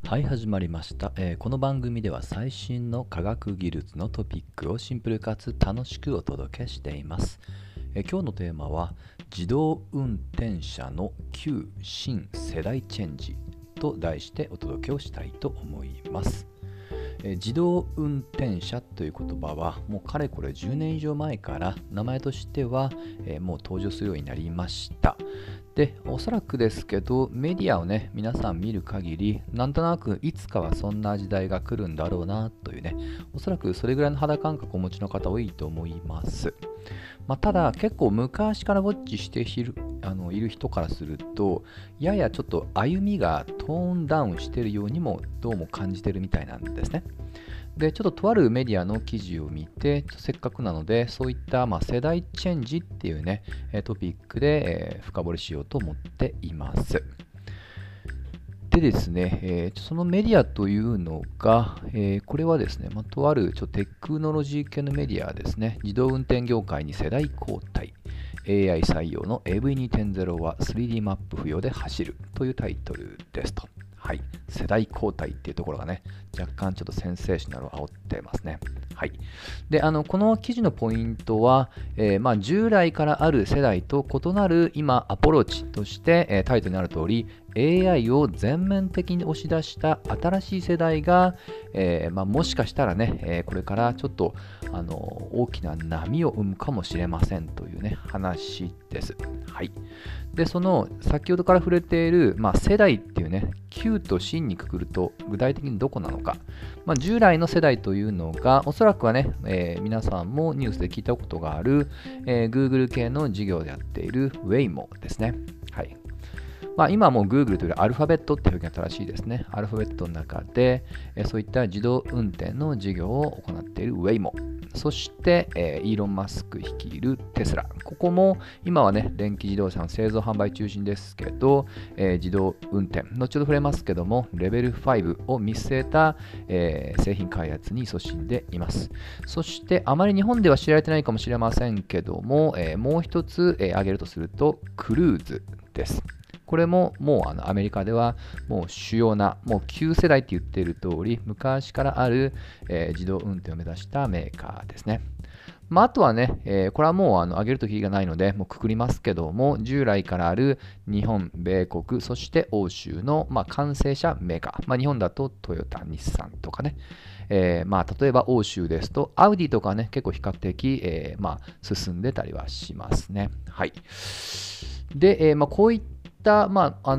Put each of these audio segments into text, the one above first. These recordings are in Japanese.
はい、始まりました。この番組では最新の科学技術のトピックをシンプルかつ楽しくお届けしています。今日のテーマは自動運転車の旧新世代チェンジと題してお届けをしたいと思います。自動運転車という言葉はもうかれこれ10年以上前から名前としては、もう登場するようになりました。で、おそらくですけど、メディアをね、皆さん見る限り、なんとなくいつかはそんな時代が来るんだろうなというね、おそらくそれぐらいの肌感覚をお持ちの方多いと思います。ただ、結構昔からウォッチしている人からすると、ややちょっと歩みがトーンダウンしているようにもどうも感じてるみたいなんですね。で、ちょっととあるメディアの記事を見て、せっかくなので、そういった世代チェンジっていうね、トピックで深掘りしようと思っています。でですね、そのメディアというのが、これはですね、とあるテクノロジー系のメディアですね、自動運転業界に世代交代、AI 採用の AV2.0 は 3D マップ不要で走るというタイトルですと。はい、世代交代っていうところがね、若干ちょっとセンセーショナルを煽ってますね。はい。で、この記事のポイントは、従来からある世代と異なる今アプローチとして、タイトルにある通り、AI を全面的に押し出した新しい世代が、もしかしたらね、これからちょっと大きな波を生むかもしれませんというね、話です。はい。で、その先ほどから触れている、世代っていうね、旧と新にくくると具体的にどこなのか。従来の世代というのが、おそらくはね、皆さんもニュースで聞いたことがある、Google 系の事業でやっている Waymo ですね。はい。今はもう Google というよりアルファベットっていう表現が正しいですね。アルファベットの中で、そういった自動運転の事業を行っている Waymo。そして、イーロン・マスク率いるテスラ。ここも今はね、電気自動車の製造販売中心ですけど、自動運転、後ほど触れますけども、レベル5を見据えた、製品開発に勤しんでいます。そして、あまり日本では知られてないかもしれませんけども、もう一つ、挙げるとすると、クルーズです。これももうアメリカではもう主要な、もう旧世代って言っている通り、昔からある、自動運転を目指したメーカーですね。あとはね、これはもう挙げるときりがないので、もうくくりますけども、従来からある日本、米国、そして欧州の、完成車メーカー。日本だとトヨタ、日産とかね。例えば欧州ですと、アウディとかね、結構比較的、進んでたりはしますね。はい。で、こういった、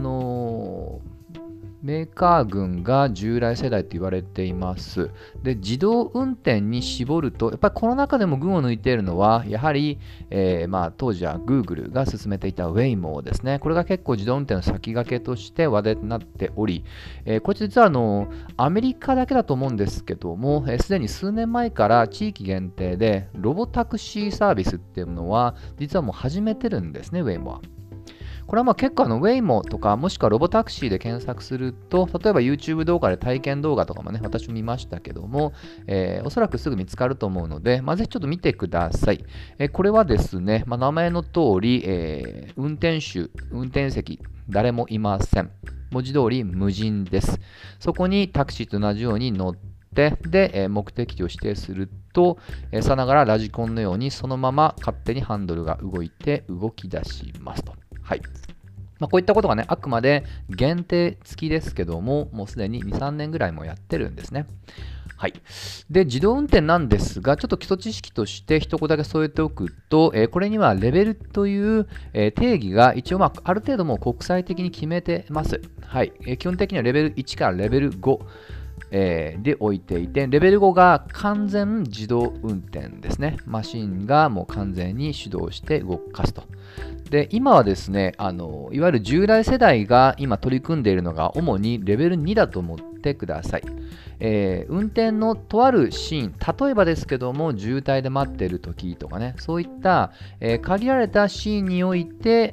メーカー群が従来世代と言われています。で、自動運転に絞ると、やっぱりこの中でも群を抜いているのは、やはり、当時は Google が進めていた Waymo ですね。これが結構自動運転の先駆けとして話題となっており、これ実はアメリカだけだと思うんですけども、すでに数年前から地域限定でロボタクシーサービスっていうのは、実はもう始めてるんですね、Waymo は。これは結構Waymo とかもしくはロボタクシーで検索すると、例えば YouTube 動画で体験動画とかもね、私も見ましたけども、おそらくすぐ見つかると思うので、ぜひちょっと見てください。これはですね、名前の通り、運転手、運転席、誰もいません。文字通り無人です。そこにタクシーと同じように乗って、で、目的地を指定すると、さながらラジコンのようにそのまま勝手にハンドルが動いて動き出しますと。はい。こういったことがね、あくまで限定付きですけども、もうすでに2、3年ぐらいもやってるんですね。はい。で、自動運転なんですが、ちょっと基礎知識として一言だけ添えておくと、これにはレベルという、定義が一応、ある程度もう国際的に決めてます。はい。基本的にはレベル1からレベル5。で置いていて、レベル5が完全自動運転ですね。マシンがもう完全に手動して動かすと。で、今はですね、いわゆる従来世代が今取り組んでいるのが主にレベル2だと思ってください。運転のとあるシーン、例えばですけども、渋滞で待っている時とかね、そういった、限られたシーンにおいて、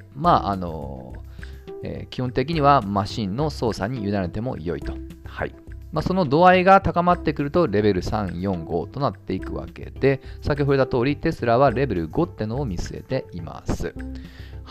基本的にはマシンの操作に委ねても良いと。はい。その度合いが高まってくるとレベル3、4、5となっていくわけで、先ほど言った通りテスラはレベル5ってのを見据えています。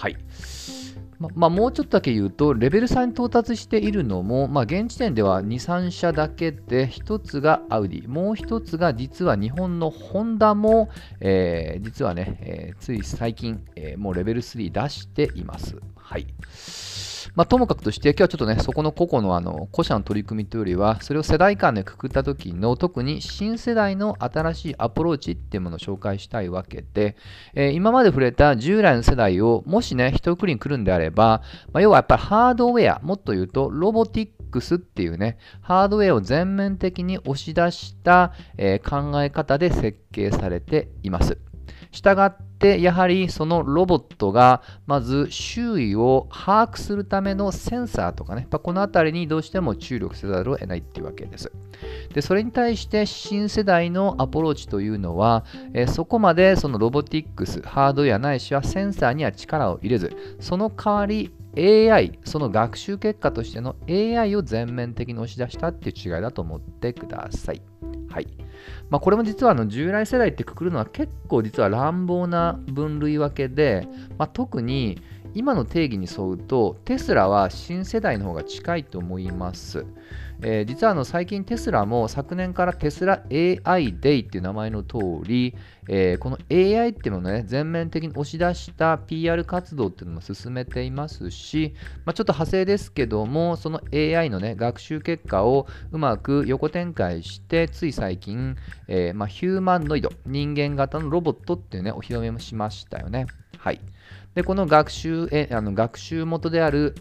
はい。もうちょっとだけ言うと、レベル3に到達しているのも、現時点では2、3社だけで、1つがアウディ、もう1つが実は日本のホンダも、実はね、つい最近、もうレベル3出しています。はい。ともかくとして、今日はちょっとね、そこの個々の個社の取り組みというよりは、それを世代間でくくった時の、特に新世代の新しいアプローチっていうものを紹介したいわけで、今まで触れた従来の世代を、もしね、一括りに来るんであれば、要はやっぱりハードウェア、もっと言うと、ロボティックスっていうね、ハードウェアを全面的に押し出した、考え方で設計されています。したがって、やはりそのロボットがまず周囲を把握するためのセンサーとかね、このあたりにどうしても注力せざるを得ないっていうわけです。で、それに対して新世代のアプローチというのは、そこまでそのロボティックス、ハードウェアないしはセンサーには力を入れず、その代わりAI、その学習結果としての AI を全面的に押し出したっていう違いだと思ってください。はい。これも実は従来世代ってくくるのは結構実は乱暴な分類分けで、特に今の定義に沿うとテスラは新世代の方が近いと思います。実は最近テスラも昨年からテスラ AI Day っていう名前の通り、この AI っていうのをね、全面的に押し出した PR 活動っていうのも進めていますし、ちょっと派生ですけども、その AI のね、学習結果をうまく横展開して、つい最近、ヒューマンノイド、人間型のロボットっていうね、お披露目もしましたよね。はい。で、この学習元である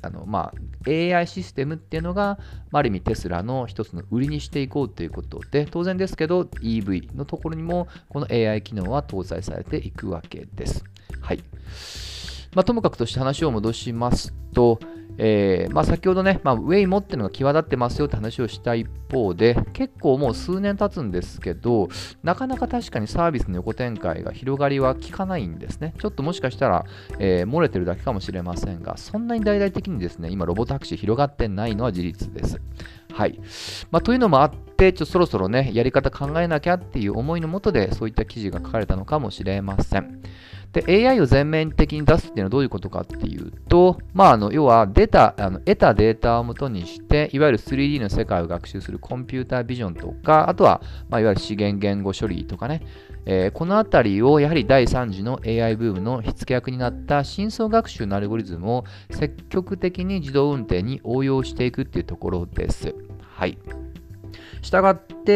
AI システムっていうのが、ある意味テスラの一つの売りにしていこうということで、当然ですけど EV のところにもこの AI 機能は搭載されていくわけです。はい。ともかくとして話を戻しますと、先ほどね、Waymo っていうのが際立ってますよって話をした一方で、結構もう数年経つんですけど、なかなか確かにサービスの横展開が広がりは効かないんですね。ちょっともしかしたら、漏れてるだけかもしれませんが、そんなに大々的にですね、今ロボタクシー広がってないのは事実です。はい。というのもあって、そろそろね、やり方考えなきゃっていう思いのもとで、そういった記事が書かれたのかもしれません。で、AI を全面的に出すっていうのはどういうことかっていうと、要は得たデータをもとにして、いわゆる 3D の世界を学習するコンピュータービジョンとか、あとは、いわゆる資源言語処理とかね、このあたりをやはり第3次の AI ブームの火付け役になった深層学習のアルゴリズムを積極的に自動運転に応用していくっていうところです。はい。したがって、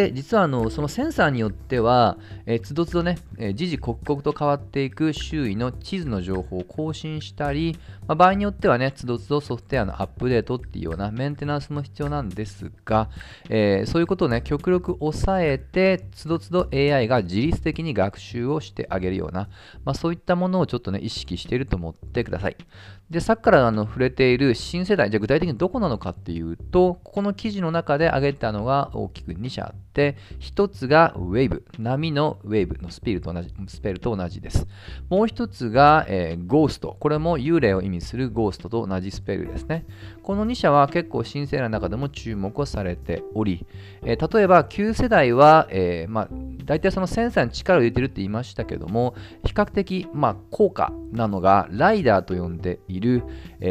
実はそのセンサーによっては、つどつどね、時々刻々と変わっていく周囲の地図の情報を更新したり、場合によってはね、つどつどソフトウェアのアップデートっていうようなメンテナンスも必要なんですが、そういうことをね、極力抑えて、つどつど AI が自律的に学習をしてあげるような、そういったものをちょっとね、意識していると思ってください。で、さっきから触れている新世代、じゃあ具体的にどこなのかっていうと、ここの記事の中で挙げたのが大きく2社あって、1つが Wave、波の Wave のスペルと同じです。もう1つが、Ghost、これも幽霊を意味する Ghost と同じスペルですね。この2社は結構新世代の中でも注目をされており、例えば旧世代は、大体そのセンサーに力を入れてるって言いましたけども、比較的、高価なのがライダーと呼んでいる、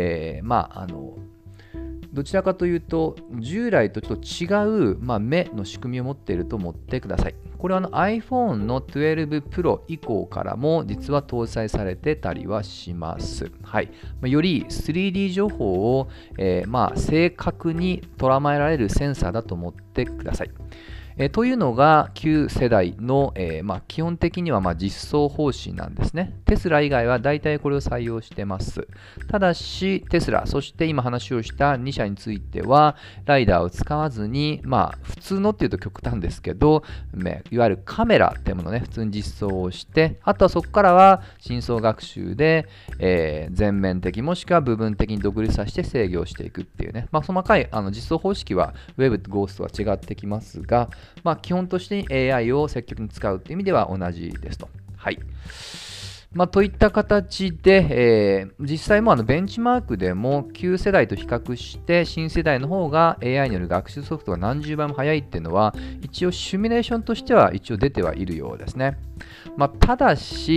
どちらかというと従来とちょっと違う、目の仕組みを持っていると思ってください。これはiPhone の12 Pro 以降からも実は搭載されてたりはします。はい。より 3D 情報を、正確に捉まえられるセンサーだと思ってください。というのが旧世代の、基本的には実装方針なんですね。テスラ以外は大体これを採用してます。ただしテスラ、そして今話をした2社についてはライダーを使わずに、普通のっていうと極端ですけど、いわゆるカメラっていうものをね、普通に実装をして、あとはそこからは深層学習で、全面的もしくは部分的に独立させて制御していくっていうね、細かい実装方式は Web と Ghost は違ってきますが、基本として AI を積極に使うという意味では同じですと。はい。といった形で、実際もベンチマークでも旧世代と比較して新世代の方が AI による学習ソフトが何十倍も速いっていうのは一応シミュレーションとしては一応出てはいるようですね。ただし、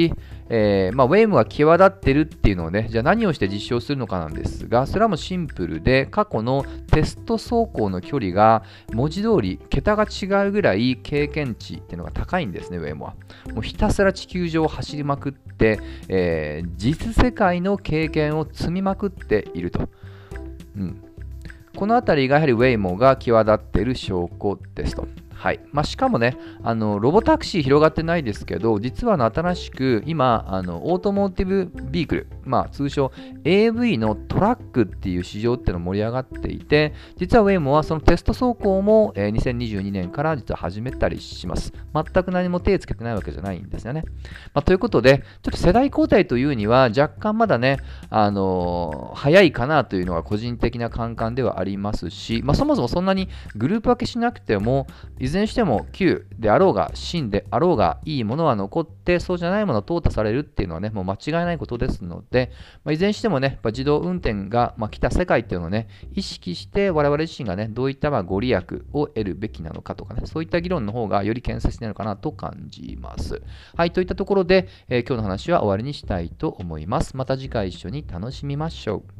ウェイモが際立ってるっていうのをね、じゃあ何をして実証するのかなんですが、それはもうシンプルで、過去のテスト走行の距離が文字通り桁が違うぐらい経験値っていうのが高いんですね、ウェイモは。もうひたすら地球上を走りまくって、実世界の経験を積みまくっていると。このあたりがやはりウェイモが際立っている証拠ですと。はい。しかもね、ロボタクシー広がってないですけど、実は新しく今、オートモーティブビークル、通称 AV のトラックっていう市場っていうのが盛り上がっていて、実はウェイモはそのテスト走行も、2022年から実は始めたりします。全く何も手つけてないわけじゃないんですよね。ということで、ちょっと世代交代というには若干まだね、早いかなというのが個人的な感覚ではありますし、そもそもそんなにグループ分けしなくても、いずれにしても旧であろうが新であろうがいいものは残ってそうじゃないものは淘汰されるっていうのはねもう間違いないことですので、いずれにしてもねやっぱ自動運転が、来た世界っていうのをね意識して我々自身がねどういったご利益を得るべきなのかとかねそういった議論の方がより建設的なのかなと感じます。はいといったところで、今日の話は終わりにしたいと思います。また次回一緒に楽しみましょう。